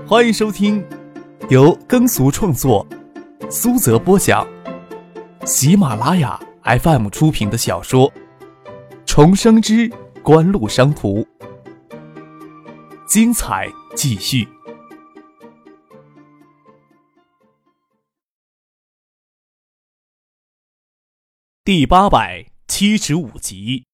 欢迎收听由耕俗创作、苏泽播讲、喜马拉雅 FM 出品的小说《重生之官路商途》，精彩继续。第875集。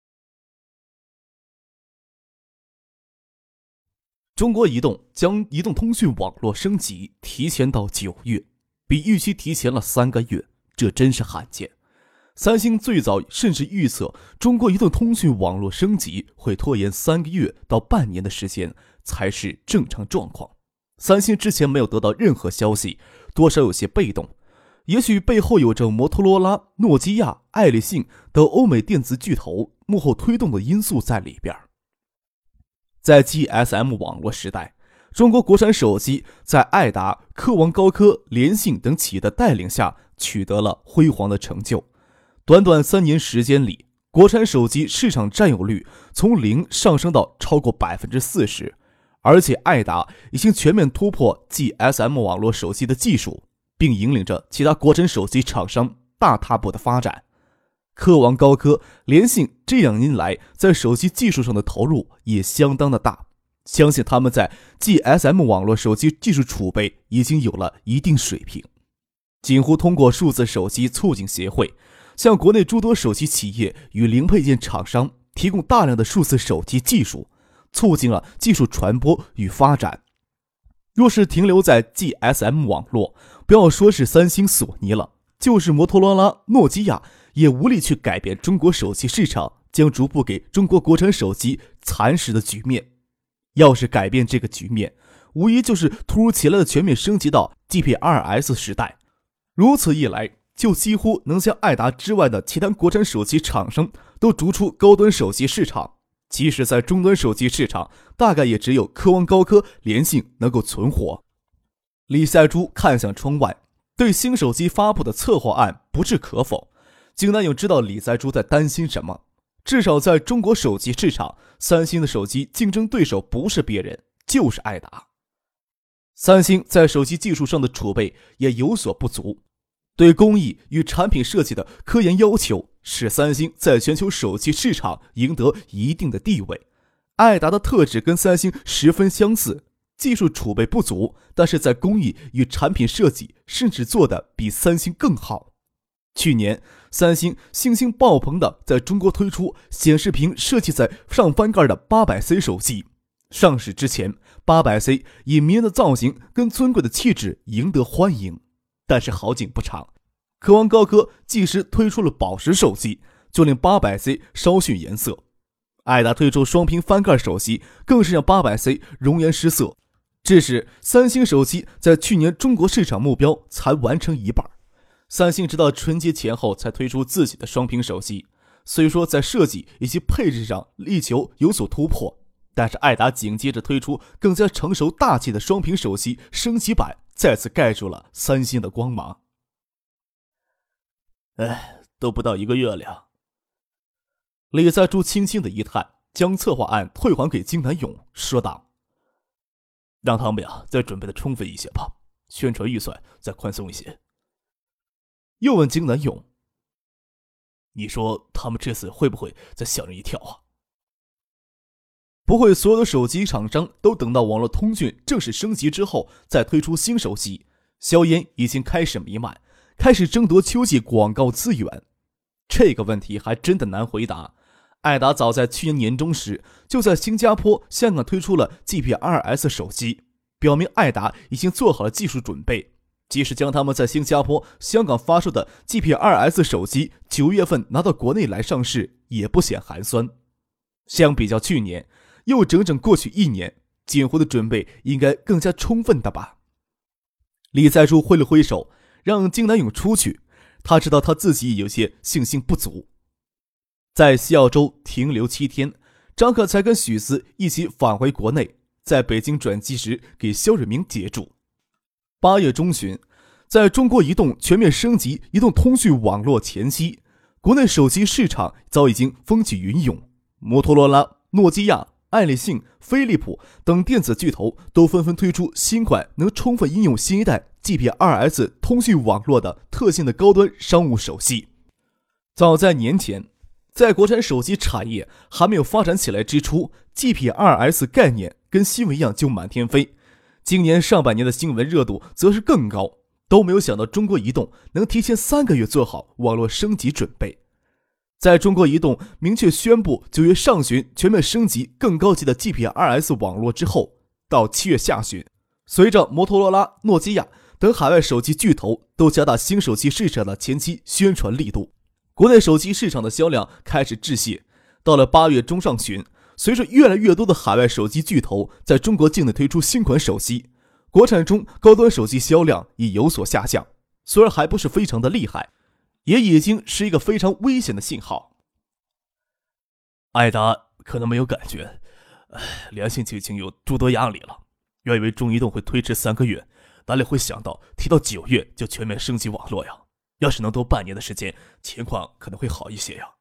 中国移动将移动通讯网络升级提前到9月，比预期提前了3个月，这真是罕见。三星最早甚至预测中国移动通讯网络升级会拖延3个月到半年的时间才是正常状况。三星之前没有得到任何消息，多少有些被动，也许背后有着摩托罗拉、诺基亚、爱立信等欧美电子巨头幕后推动的因素在里边。在 GSM 网络时代，中国国产手机在爱达、科王高科、联信等企业的带领下取得了辉煌的成就。短短3年时间里，国产手机市场占有率从0上升到超过 40%， 而且爱达已经全面突破 GSM 网络手机的技术，并引领着其他国产手机厂商大踏步的发展。科王高科、联信这2年来在手机技术上的投入也相当的大，相信他们在 GSM 网络手机技术储备已经有了一定水平。锦湖通过数字手机促进协会，向国内诸多手机企业与零配件厂商提供大量的数字手机技术，促进了技术传播与发展。若是停留在 GSM 网络，不要说是三星、索尼了，就是摩托罗拉、诺基亚也无力去改变中国手机市场将逐步给中国国产手机蚕食的局面。要是改变这个局面，无疑就是突如其来的全面升级到 GPRS 时代。如此一来，就几乎能将爱达之外的其他国产手机厂商都逐出高端手机市场，即使在中端手机市场，大概也只有科王高科、联信能够存活。李赛珠看向窗外，对新手机发布的策划案不置可否。金南勇知道李在珠在担心什么，至少在中国手机市场，三星的手机竞争对手不是别人，就是爱达。三星在手机技术上的储备也有所不足，对工艺与产品设计的科研要求使三星在全球手机市场赢得一定的地位。爱达的特质跟三星十分相似，技术储备不足，但是在工艺与产品设计甚至做得比三星更好。去年，三星信心爆棚地在中国推出显示屏设计在上翻盖的 800C 手机。上市之前， 800C 以迷人的造型跟尊贵的气质赢得欢迎。但是好景不长，科王高科即时推出了宝石手机，就令 800C 稍逊颜色。爱达推出双屏翻盖手机，更是让 800C 容颜失色。致使三星手机在去年中国市场目标才完成一半。三星直到春节前后才推出自己的双屏手机，虽说在设计以及配置上力求有所突破，但是爱达紧接着推出更加成熟大气的双屏手机升级版，再次盖住了三星的光芒。都不到1个月了。李在珠轻轻的一叹，将策划案退还给金南勇，说道：“让他们再准备的充分一些吧，宣传预算再宽松一些。”又问金南勇：“你说他们这次会不会再吓人一跳啊？”不会所有的手机厂商都等到网络通讯正式升级之后再推出新手机，硝烟已经开始弥漫，开始争夺秋季广告资源。这个问题还真的难回答。爱达早在去年年中时就在新加坡、香港推出了 GPRS 手机，表明爱达已经做好了技术准备。即使将他们在新加坡、香港发售的 GPRS 手机9月份拿到国内来上市，也不显寒酸。相比较去年，又整整过去1年，锦湖的准备应该更加充分的吧。李在珠挥了挥手，让金南勇出去。他知道他自己有些信心不足。在西澳洲停留7天，张可才跟许思一起返回国内，在北京转机时给肖瑞明接住。8月中旬，在中国移动全面升级移动通讯网络前夕，国内手机市场早已经风起云涌，摩托罗拉、诺基亚、 爱立信、飞利浦等电子巨头都纷纷推出新款能充分应用新一代 GPRS 通讯网络的特性的高端商务手机。早在年前，在国产手机产业还没有发展起来之初， GPRS 概念跟新闻一样就满天飞。今年上半年的新闻热度则是更高，都没有想到中国移动能提前3个月做好网络升级准备。在中国移动明确宣布9月上旬全面升级更高级的 GPRS 网络之后，到7月下旬，随着摩托罗拉、诺基亚等海外手机巨头都加大新手机市场的前期宣传力度，国内手机市场的销量开始滞泻。到了8月中上旬，随着越来越多的海外手机巨头在中国境内推出新款手机，国产中高端手机销量已有所下降，虽然还不是非常的厉害，也已经是一个非常危险的信号。艾达可能没有感觉，联信就已经有诸多压力了。原以为中移动会推迟3个月，哪里会想到提到9月就全面升级网络呀？要是能多半年的时间，情况可能会好一些呀。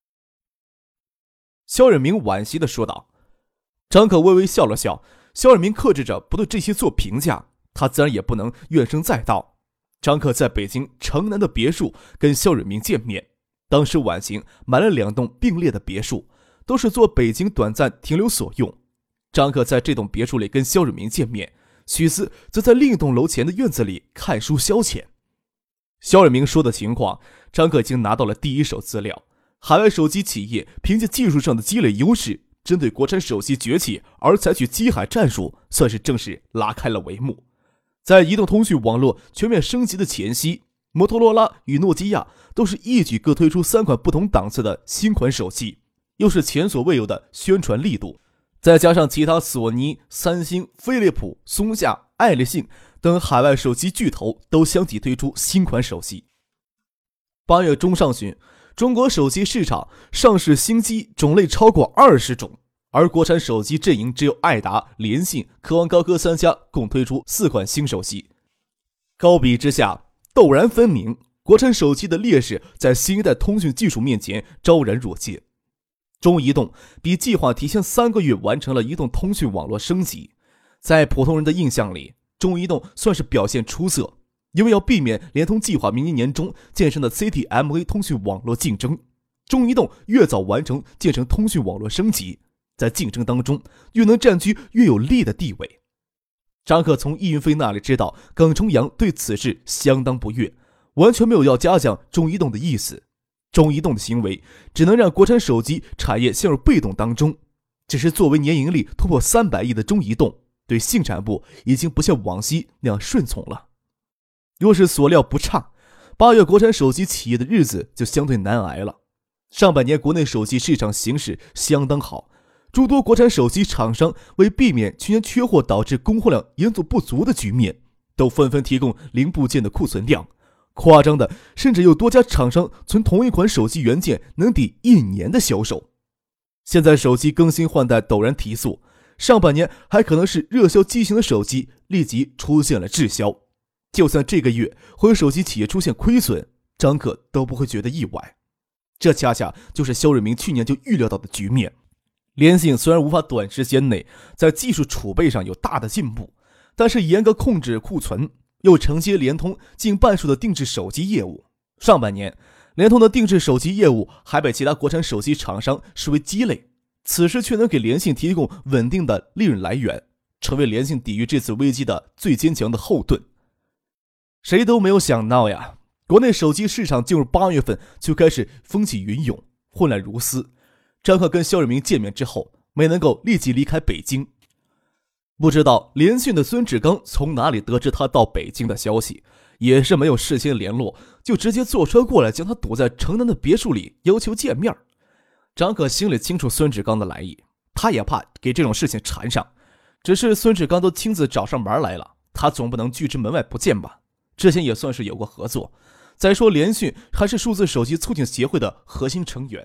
肖远明惋惜地说道。张可微微笑了笑，肖远明克制着不对这些做评价，他自然也不能怨声载道。张可在北京城南的别墅跟肖远明见面，当时晚行买了2栋并列的别墅，都是做北京短暂停留所用。张可在这栋别墅里跟肖远明见面，许思则在另一栋楼前的院子里看书消遣。肖远明说的情况，张可已经拿到了第一手资料。海外手机企业凭借技术上的积累优势，针对国产手机崛起而采取机海战术，算是正式拉开了帷幕。在移动通讯网络全面升级的前夕，摩托罗拉与诺基亚都是一举各推出3款不同档次的新款手机，又是前所未有的宣传力度。再加上其他索尼、三星、飞利浦、松下、爱立信等海外手机巨头都相继推出新款手机。8月中上旬，中国手机市场上市新机种类超过20种，而国产手机阵营只有爱达、联信、科王高科3家共推出4款新手机。高比之下，陡然分明，国产手机的劣势在新一代通讯技术面前昭然若揭。中移动比计划提前3个月完成了移动通讯网络升级，在普通人的印象里，中移动算是表现出色，因为要避免联通计划明年年中建成的 CTMA 通讯网络竞争，中移动越早完成建成通讯网络升级，在竞争当中越能占据越有利的地位。张可从易云飞那里知道耿崇阳对此事相当不悦，完全没有要嘉奖中移动的意思。中移动的行为只能让国产手机产业陷入被动当中，只是作为年盈利突破300亿的中移动，对信产部已经不像往昔那样顺从了。若是所料不差，8月国产手机企业的日子就相对难挨了。上半年国内手机市场形势相当好，诸多国产手机厂商为避免去年缺货导致供货量严重不足的局面，都纷纷提供零部件的库存量。夸张的，甚至有多家厂商存同一款手机原件能抵1年的销售。现在手机更新换代陡然提速，上半年还可能是热销机型的手机立即出现了滞销。就算这个月会有手机企业出现亏损，张可都不会觉得意外。这恰恰就是肖瑞明去年就预料到的局面。联信虽然无法短时间内在技术储备上有大的进步，但是严格控制库存，又承接联通近半数的定制手机业务。上半年，联通的定制手机业务还被其他国产手机厂商视为鸡肋，此时却能给联信提供稳定的利润来源，成为联信抵御这次危机的最坚强的后盾。谁都没有想到呀，国内手机市场进入8月份就开始风起云涌，混乱如丝。张克跟肖瑞明见面之后，没能够立即离开北京。不知道联讯的孙志刚从哪里得知他到北京的消息，也是没有事先联络，就直接坐车过来将他堵在城南的别墅里要求见面。张可心里清楚孙志刚的来意，他也怕给这种事情缠上，只是孙志刚都亲自找上门来了，他总不能拒之门外不见吧。之前也算是有过合作，再说联讯还是数字手机促进协会的核心成员。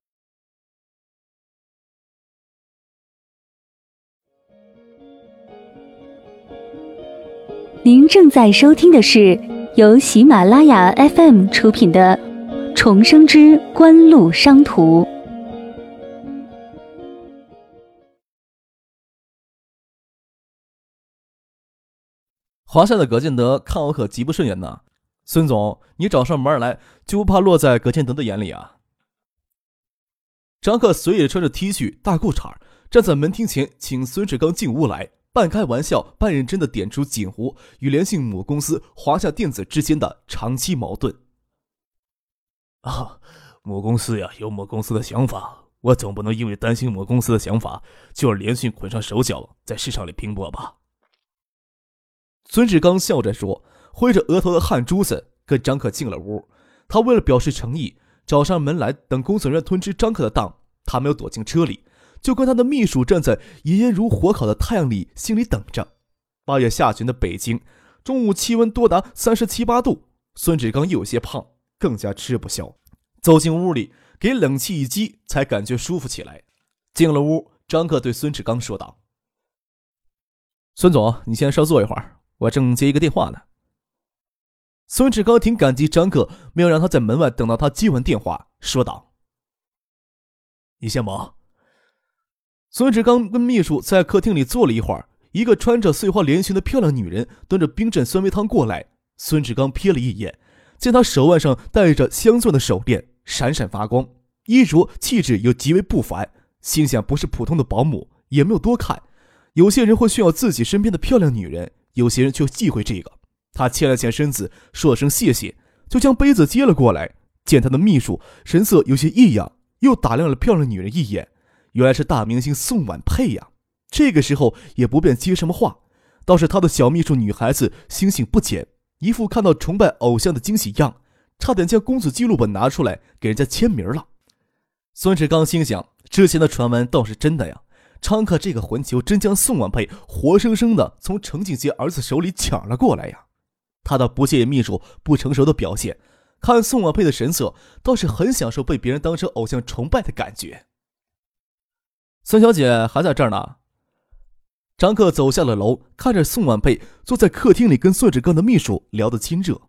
您正在收听的是由喜马拉雅 FM 出品的《重生之官路商途》。 华夏的葛建德看我可极不顺眼呢。孙总，你找上门来，就不怕落在葛建德的眼里啊？张克随意穿着 T 恤大裤衩，站在门厅前，请孙志刚进屋来，半开玩笑半认真地点出锦湖与联信母公司华夏电子之间的长期矛盾。 母公司呀有母公司的想法，我总不能因为担心母公司的想法，就让联讯捆上手脚，在市场里拼搏吧。 孙志刚笑着说，挥着额头的汗珠子，跟张克进了屋。他为了表示诚意，找上门来，等工作人员通知张克的当，他没有躲进车里，就跟他的秘书站在炎炎如火烤的太阳里，心里等着。8月下旬的北京，中午气温多达37、8度，孙志刚有些胖，更加吃不消。走进屋里，给冷气一激，才感觉舒服起来。进了屋，张克对孙志刚说道：“孙总，你先稍坐一会儿，我正接一个电话呢。”孙志刚挺感激张克没有让他在门外等到他接完电话，说道：“ 你先忙。” 孙志刚跟秘书在客厅里坐了一会儿，一个穿着碎花连裙的漂亮女人端着冰镇酸梅汤过来。孙志刚瞥了一眼，见她手腕上戴着镶钻的手链，闪闪发光，衣着气质又极为不凡，心想不是普通的保姆，也没有多看。有些人会炫耀自己身边的漂亮女人，有些人却忌讳这个。他欠了欠身子，说了声谢谢，就将杯子接了过来。见他的秘书神色有些异样，又打量了漂亮女人一眼，原来是大明星宋婉佩呀。这个时候也不便接什么话，倒是他的小秘书女孩子星星不减，一副看到崇拜偶像的惊喜样，差点将公子记录本拿出来给人家签名了。孙志刚心想，之前的传闻倒是真的呀，张克这个混球真将宋婉佩活生生的从程锦杰儿子手里抢了过来呀。他倒不介意秘书不成熟的表现，看宋婉佩的神色，倒是很享受被别人当成偶像崇拜的感觉。孙小姐还在这儿呢。张克走下了楼，看着宋婉佩坐在客厅里跟孙志刚的秘书聊得亲热。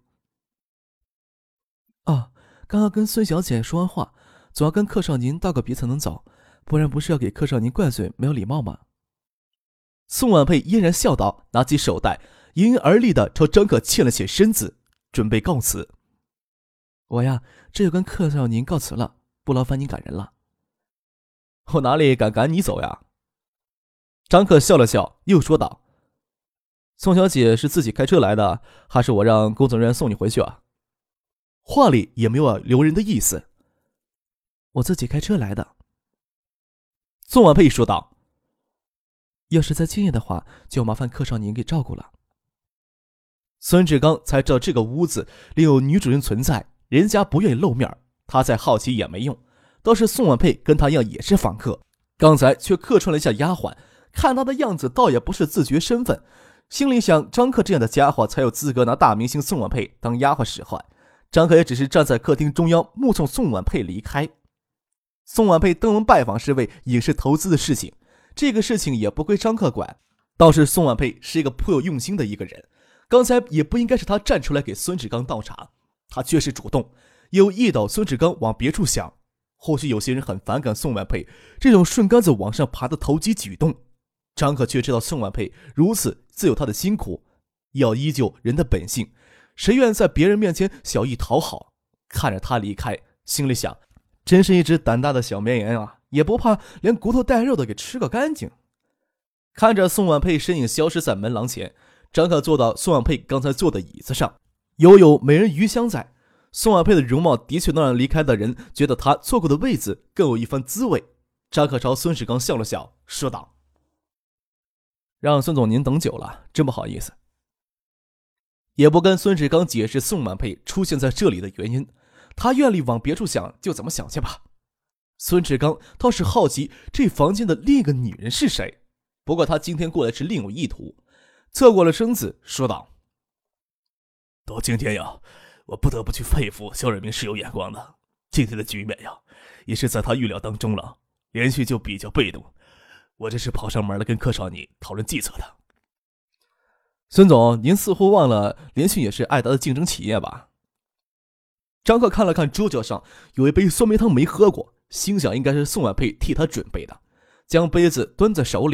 刚刚跟孙小姐说完话，总要跟客少您道个别才能走，不然不是要给客少您灌水没有礼貌吗？宋婉佩嫣然笑道，拿起手袋盈盈而立地朝张克欠了欠身子，准备告辞。我呀，这就跟客少您告辞了，不劳烦您赶人了。我哪里敢赶你走呀？张克笑了笑，又说道：“宋小姐是自己开车来的，还是我让工作人员送你回去啊？”话里也没有留人的意思。我自己开车来的。宋婉佩说道：“要是在今夜的话，就麻烦客少您给照顾了。”孙志刚才知道这个屋子里有女主人存在，人家不愿意露面，他再好奇也没用。倒是宋婉佩跟他一样也是访客，刚才却客串了一下丫鬟，看他的样子倒也不是自觉身份，心里想张克这样的家伙才有资格拿大明星宋婉佩当丫鬟使唤。张克也只是站在客厅中央目送宋婉佩离开。宋婉佩登门拜访是为影视投资的事情，这个事情也不归张克管，倒是宋婉佩是一个颇有用心的一个人，刚才也不应该是他站出来给孙志刚倒茶，他却是主动有意导孙志刚往别处想。或许有些人很反感宋婉佩这种顺杆子往上爬的投机举动，张可却知道宋婉佩如此自有他的辛苦，要依旧人的本性，谁愿在别人面前小意讨好？看着他离开，心里想，真是一只胆大的小绵羊啊，也不怕连骨头带肉的给吃个干净。看着宋婉佩身影消失在门廊前，张可坐到宋婉佩刚才坐的椅子上，有美人鱼香在。宋婉佩的容貌的确能让离开的人觉得她错过的位子更有一番滋味。张可朝孙世刚笑了笑，说道：“让孙总您等久了，真不好意思。”也不跟孙世刚解释宋婉佩出现在这里的原因，他愿意往别处想就怎么想去吧。孙世刚倒是好奇这房间的另一个女人是谁，不过他今天过来是另有意图，侧过了身子说道：“ 到今天呀，我不得不去佩服肖瑞明是有眼光的。今天的局面呀，也是在他预料当中了，连续就比较被动。我这是跑上门来跟柯少你讨论计策的。” 孙总，您似乎忘了联讯也是爱达的竞争企业吧？张克看了看桌角上有一杯酸梅汤没喝过，心想应该是宋婉佩替他准备的，将杯子端在手里，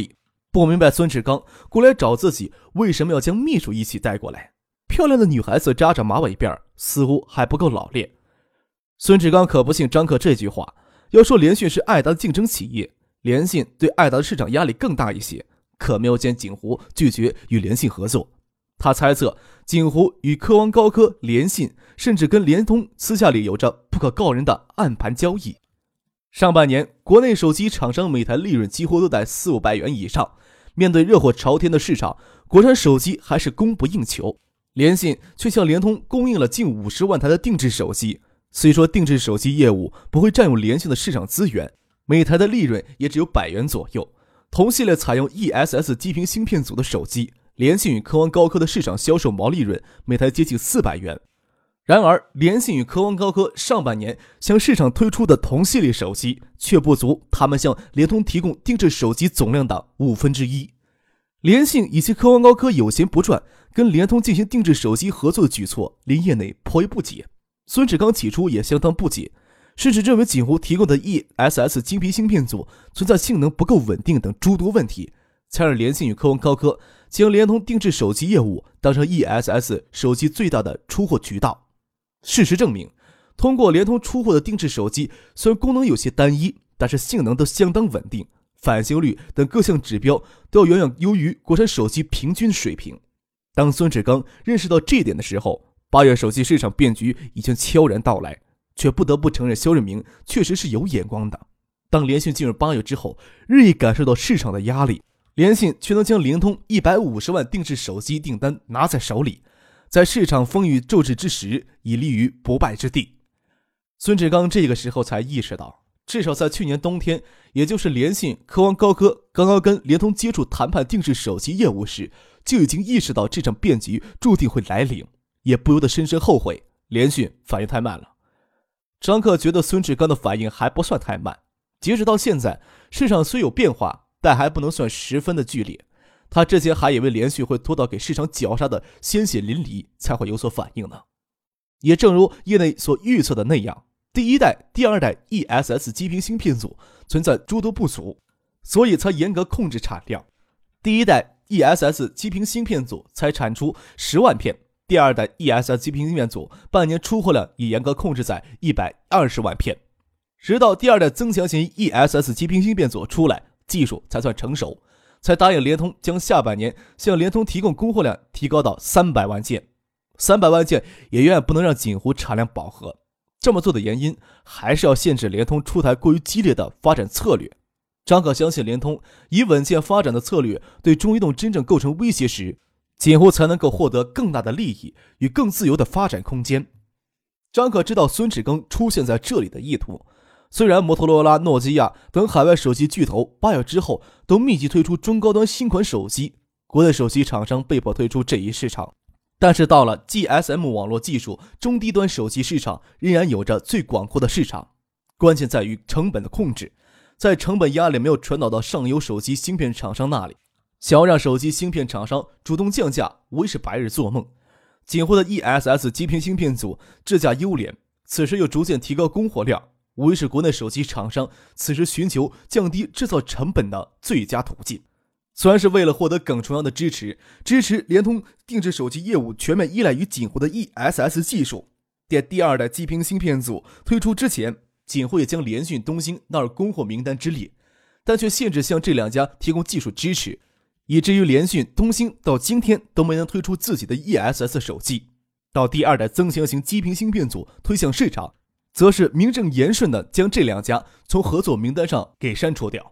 不明白孙志刚过来找自己为什么要将秘书一起带过来。漂亮的女孩子扎着马尾辫，似乎还不够老练。孙志刚可不信张克这句话，要说联讯是爱达的竞争企业，联信对爱达的市场压力更大一些，可没有见锦湖拒绝与联信合作。他猜测锦湖与科王高科、联信甚至跟联通私下里有着不可告人的暗盘交易。上半年国内手机厂商每台利润几乎都在400-500元以上，面对热火朝天的市场，国产手机还是供不应求。联信却向联通供应了近50万台的定制手机，虽说定制手机业务不会占用联信的市场资源，每台的利润也只有100元左右。同系列采用 ESS 基频芯片组的手机，联信与科王高科的市场销售毛利润每台接近400元。然而联信与科王高科上半年向市场推出的同系列手机却不足他们向联通提供定制手机总量的1/5。联信以及科王高科有钱不赚，跟联通进行定制手机合作的举措令业内颇为不解。孙志刚起初也相当不解，甚至认为锦湖提供的 ESS 金皮芯片组存在性能不够稳定等诸多问题，才让联信与科王高科将联通定制手机业务当成 ESS 手机最大的出货渠道。事实证明，通过联通出货的定制手机虽然功能有些单一，但是性能都相当稳定，返修率等各项指标都要远远优于国产手机平均水平。当孙志刚认识到这一点的时候，8月手机市场变局已经悄然到来，却不得不承认肖任明确实是有眼光的。当联讯进入8月之后，日益感受到市场的压力，联信却能将联通150万定制手机订单拿在手里，在市场风雨骤至之时，已立于不败之地。孙志刚这个时候才意识到，至少在去年冬天，也就是联信、科王高科刚刚跟联通接触谈判定制手机业务时，就已经意识到这场变局注定会来临，也不由得深深后悔联讯反应太慢了。张克觉得孙志刚的反应还不算太慢，截止到现在，市场虽有变化，但还不能算十分的剧烈。他之前还以为联讯会拖到给市场绞杀的鲜血淋漓才会有所反应呢。也正如业内所预测的那样，第一代、第二代 ESS 基频芯片组存在诸多不足，所以才严格控制产量。第一代 ESS 基频芯片组才产出10万片，第二代 ESS 基频芯片组半年出货量也严格控制在120万片。直到第二代增强型 ESS 基频芯片组出来，技术才算成熟，才答应联通将下半年向联通提供供货量提高到300万件。300万件也远远不能让锦湖产量饱和。这么做的原因还是要限制联通出台过于激烈的发展策略。张可相信联通以稳健发展的策略对中移动真正构成威胁时，锦湖才能够获得更大的利益与更自由的发展空间。张可知道孙志刚出现在这里的意图，虽然摩托罗拉、诺基亚等海外手机巨头8月之后都密集推出中高端新款手机，国内手机厂商被迫退出这一市场，但是到了 GSM 网络技术中低端手机市场仍然有着最广阔的市场。关键在于成本的控制，在成本压力没有传导到上游手机芯片厂商那里，想要让手机芯片厂商主动降价，无疑是白日做梦。锦湖的 ESS 基频芯片组制价优廉，此时又逐渐提高供货量，无疑是国内手机厂商此时寻求降低制造成本的最佳途径。虽然是为了获得更重要的支持联通定制手机业务全面依赖于锦湖的 ESS 技术，在第二代基频芯片组推出之前，锦湖也将联讯、东兴纳入供货名单之列，但却限制向这两家提供技术支持，以至于联讯、东兴到今天都没能推出自己的 ESS 手机。到第二代增强型基频芯片组推向市场，则是名正言顺地将这两家从合作名单上给删除掉。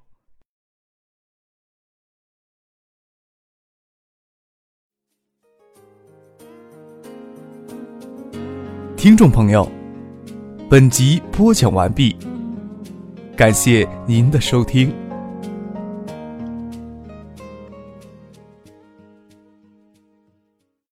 听众朋友，本集播讲完毕，感谢您的收听。